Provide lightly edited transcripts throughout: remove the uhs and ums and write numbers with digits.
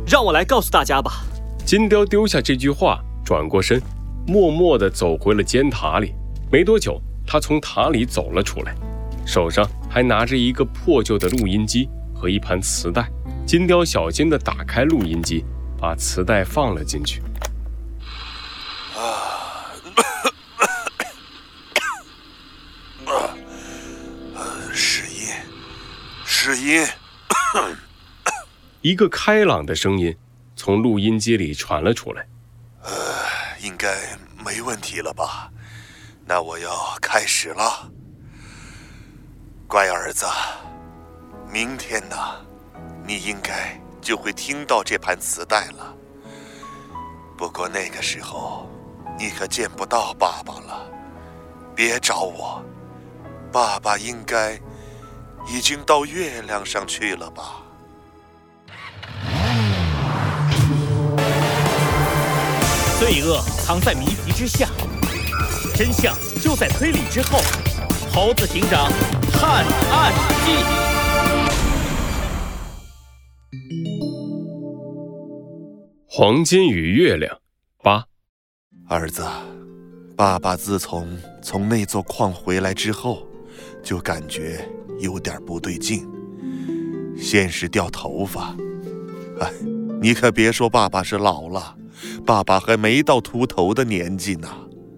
让我来告诉大家吧。 金雕丢下这句话，转过身，默默地走回了尖塔里。没多久，他从塔里走了出来，手上还拿着一个破旧的录音机和一盘磁带。金雕小心地打开录音机，把磁带放了进去。 试音。 一个开朗的声音从录音机里传了出来。 应该没问题了吧？那我要开始了。乖儿子，明天呢，你应该就会听到这盘磁带了。不过那个时候，你可见不到爸爸了。别找我，爸爸应该已经到月亮上去了吧？ 罪恶藏在谜题之下，真相就在推理之后。猴子警长探案记。 黄金与月亮8。 儿子，爸爸自从那座矿回来之后，就感觉有点不对劲。先是掉头发，你可别说爸爸是老了，爸爸还没到秃头的年纪呢。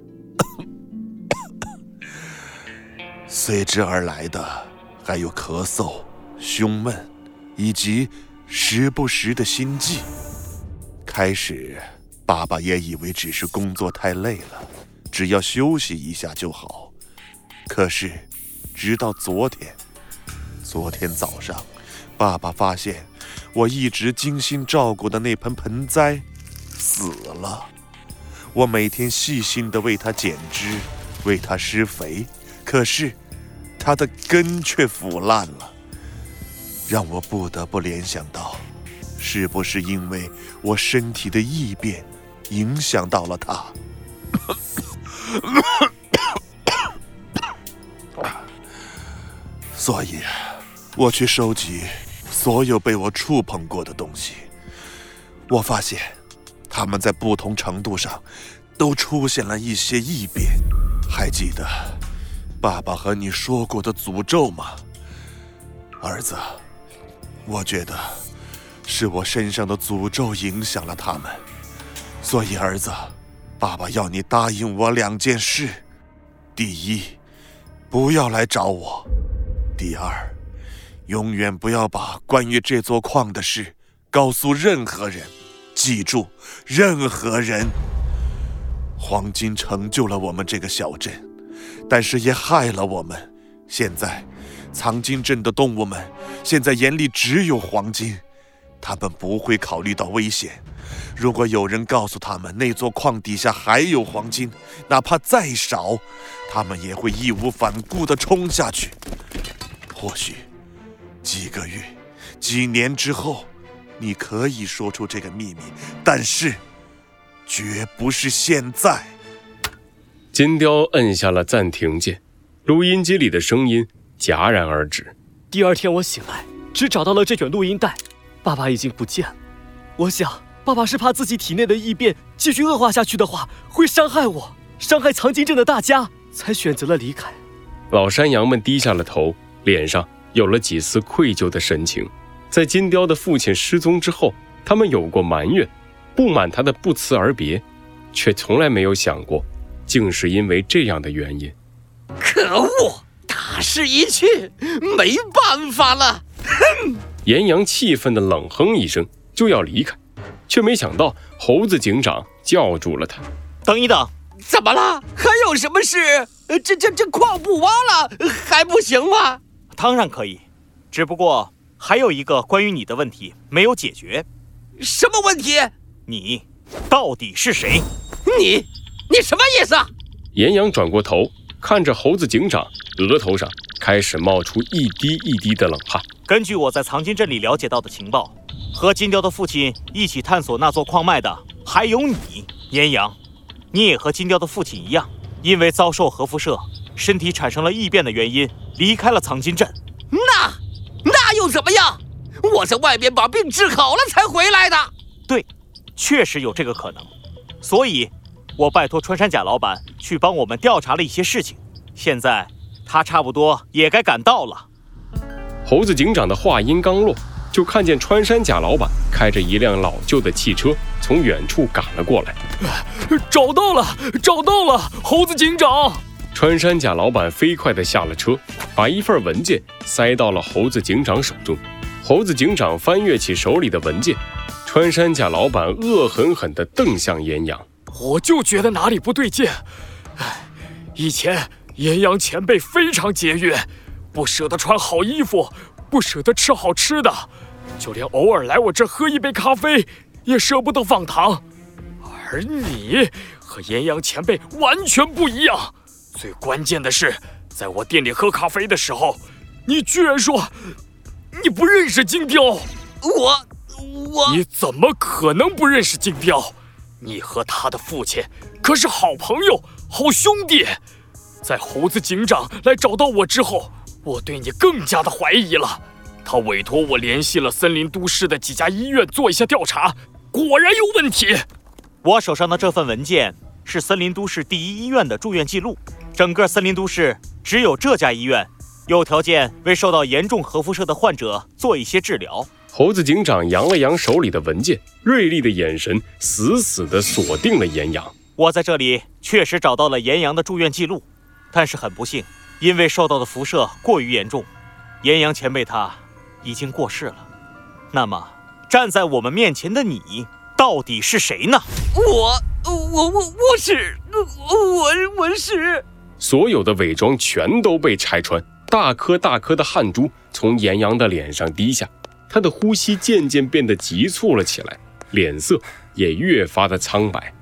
随之而来的还有咳嗽、胸闷，以及时不时的心悸。开始，爸爸也以为只是工作太累了，只要休息一下就好。可是，直到昨天早上，爸爸发现我一直精心照顾的那盆盆栽死了。我每天细心地为它剪枝，为它施肥，可是它的根却腐烂了，让我不得不联想到，是不是因为我身体的异变影响到了它？所以，我去收集所有被我触碰过的东西。我发现，它们在不同程度上都出现了一些异变。还记得爸爸和你说过的诅咒吗？儿子，我觉得是我身上的诅咒影响了他们。所以儿子，爸爸要你答应我2件事。第一，不要来找我。第二，永远不要把关于这座矿的事告诉任何人。记住，任何人。黄金成就了我们这个小镇，但是也害了我们。现在，藏金镇的动物们现在眼里只有黄金，他们不会考虑到危险。如果有人告诉他们那座矿底下还有黄金，哪怕再少，他们也会义无反顾地冲下去。或许几个月、几年之后，你可以说出这个秘密，但是绝不是现在。 金雕摁下了暂停键，录音机里的声音戛然而止。 第二天我醒来，只找到了这卷录音带，爸爸已经不见了。我想，爸爸是怕自己体内的异变继续恶化下去的话，会伤害我，伤害藏金镇的大家，才选择了离开。 老山羊们低下了头，脸上有了几丝愧疚的神情。在金雕的父亲失踪之后，他们有过埋怨，不满他的不辞而别，却从来没有想过，竟是因为这样的原因。 可恶，大势已去，没办法了！哼！ 岩羊气愤地冷哼一声，就要离开，却没想到猴子警长叫住了他。 等一等， 怎么了？还有什么事？这矿不挖了还不行吗？ 当然可以，只不过还有一个关于你的问题没有解决。 什么问题？ 你到底是谁？ 你什么意思？ 岩羊转过头，看着猴子警长，额头上开始冒出一滴一滴的冷汗。 根据我在藏金镇里了解到的情报，和金雕的父亲一起探索那座矿脉的还有你，岩羊。你也和金雕的父亲一样，因为遭受核辐射，身体产生了异变的原因，离开了藏金镇。 那又怎么样？我在外面把病治好了才回来的。 对，确实有这个可能。所以，我拜托穿山甲老板去帮我们调查了一些事情。现在，他差不多也该赶到了。 猴子警长的话音刚落，就看见穿山甲老板开着一辆老旧的汽车从远处赶了过来。 找到了，猴子警长！ 穿山甲老板飞快地下了车，把一份文件塞到了猴子警长手中。猴子警长翻阅起手里的文件，穿山甲老板恶狠狠地瞪向严阳。 我就觉得哪里不对劲。以前严阳前辈非常节约，不舍得穿好衣服，不舍得吃好吃的，就连偶尔来我这喝一杯咖啡也舍不得放糖。而你和严阳前辈完全不一样。最关键的是，在我店里喝咖啡的时候，你居然说你不认识金雕。 我你怎么可能不认识金雕？你和他的父亲可是好朋友、好兄弟。在猴子警长来找到我之后，我对你更加的怀疑了。他委托我联系了森林都市的几家医院做一下调查，果然有问题。 我手上的这份文件是森林都市第一医院的住院记录。整个森林都市只有这家医院有条件为受到严重核辐射的患者做一些治疗。 猴子警长扬了扬手里的文件，锐利的眼神死死地锁定了严阳。 我在这里确实找到了严阳的住院记录，但是很不幸，因为受到的辐射过于严重，严阳前辈他已经过世了。那么，站在我们面前的你，到底是谁呢？ 我是…… 所有的伪装全都被拆穿，大颗大颗的汗珠从严阳的脸上滴下，他的呼吸渐渐变得急促了起来，脸色也越发的苍白。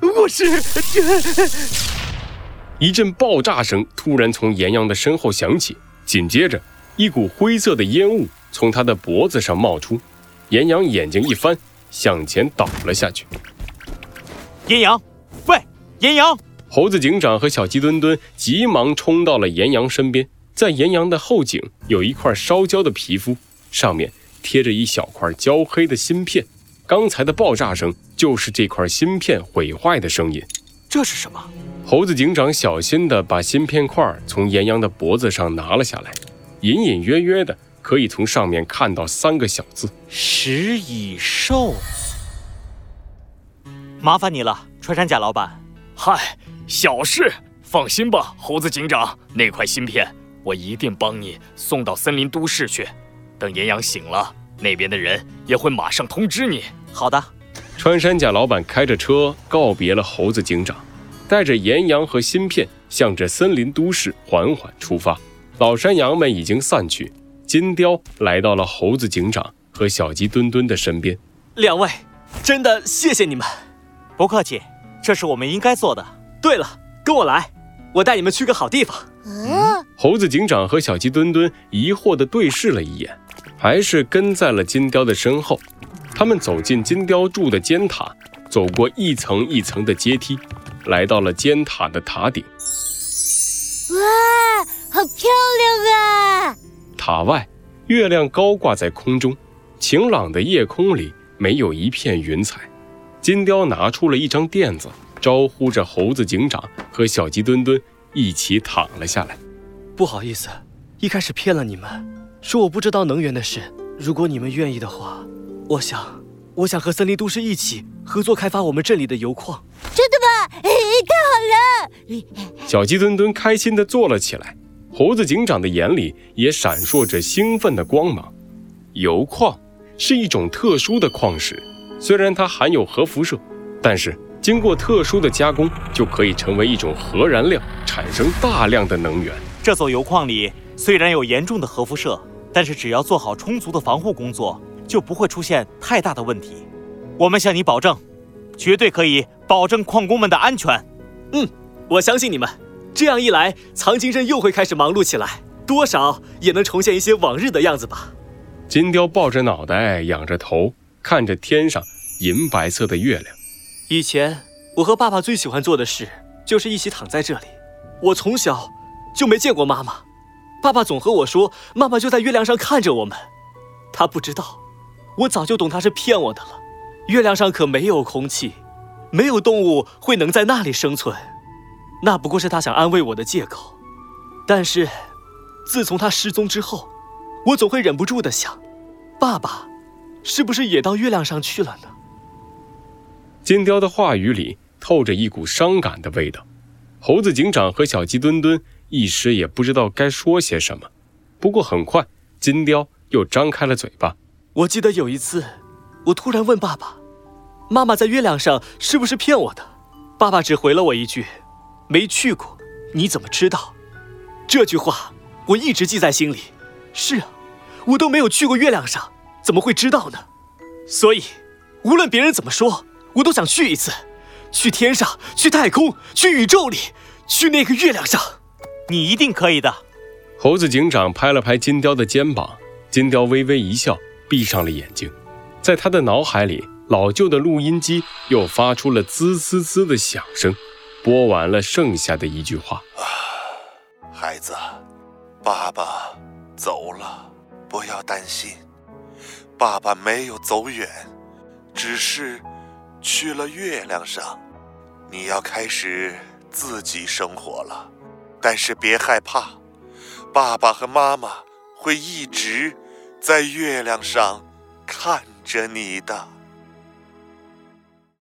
一阵爆炸声突然从严阳的身后响起，紧接着一股灰色的烟雾从他的脖子上冒出，严阳眼睛一翻，向前倒了下去。 严阳，喂，严阳！ 猴子警长和小鸡墩墩急忙冲到了严阳身边，在严阳的后颈有一块烧焦的皮肤，上面贴着一小块焦黑的芯片。刚才的爆炸声就是这块芯片毁坏的声音。 这是什么？ 猴子警长小心地把芯片块从严阳的脖子上拿了下来，隐隐约约的可以从上面看到3个小字： 食蚁兽。麻烦你了，穿山甲老板。 嗨，小事，放心吧，猴子警长，那块芯片我一定帮你送到森林都市去。等严阳醒了，那边的人也会马上通知你。 好的。 穿山甲老板开着车告别了猴子警长，带着岩羊和芯片向着森林都市缓缓出发。老山羊们已经散去，金雕来到了猴子警长和小鸡墩墩的身边。 2位，真的谢谢你们。 不客气，这是我们应该做的。 对了，跟我来，我带你们去个好地方。 猴子警长和小鸡墩墩疑惑地对视了一眼，还是跟在了金雕的身后。他们走进金雕住的尖塔，走过一层一层的阶梯，来到了尖塔的塔顶。 哇，好漂亮啊！ 塔外，月亮高挂在空中，晴朗的夜空里没有一片云彩。金雕拿出了一张垫子，招呼着猴子警长和小鸡墩墩一起躺了下来。 不好意思，一开始骗了你们，说我不知道能源的事。如果你们愿意的话，我想和森林都市一起合作开发我们镇里的油矿。 真的吗？太好了！ 小鸡墩墩开心地坐了起来，猴子警长的眼里也闪烁着兴奋的光芒。油矿是一种特殊的矿石，虽然它含有核辐射，但是经过特殊的加工，就可以成为一种核燃料，产生大量的能源。 这座油矿里虽然有严重的核辐射，但是只要做好充足的防护工作，就不会出现太大的问题。我们向你保证，绝对可以保证矿工们的安全。 我相信你们。这样一来，藏经镇又会开始忙碌起来，多少也能重现一些往日的样子吧。 金雕抱着脑袋，仰着头，看着天上银白色的月亮。 以前我和爸爸最喜欢做的事就是一起躺在这里。我从小就没见过妈妈，爸爸总和我说妈妈就在月亮上看着我们。他不知道，我早就懂他是骗我的了。 月亮上可没有空气，没有动物会能在那里生存，那不过是他想安慰我的借口。但是，自从他失踪之后，我总会忍不住地想，爸爸是不是也到月亮上去了呢？ 金雕的话语里透着一股伤感的味道。猴子警长和小鸡墩墩一时也不知道该说些什么。不过很快，金雕又张开了嘴巴。 我记得有一次，我突然问爸爸，妈妈在月亮上是不是骗我的？爸爸只回了我一句，没去过，你怎么知道？这句话我一直记在心里。是啊，我都没有去过月亮上，怎么会知道呢？所以，无论别人怎么说，我都想去一次，去天上，去太空，去宇宙里，去那个月亮上。 你一定可以的。 猴子警长拍了拍金雕的肩膀，金雕微微一笑，闭上了眼睛。在他的脑海里，老旧的录音机又发出了滋滋滋的响声，播完了剩下的一句话： 孩子，爸爸走了，不要担心，爸爸没有走远，只是去了月亮上。你要开始自己生活了，但是别害怕，爸爸和妈妈会一直在月亮上看着你的。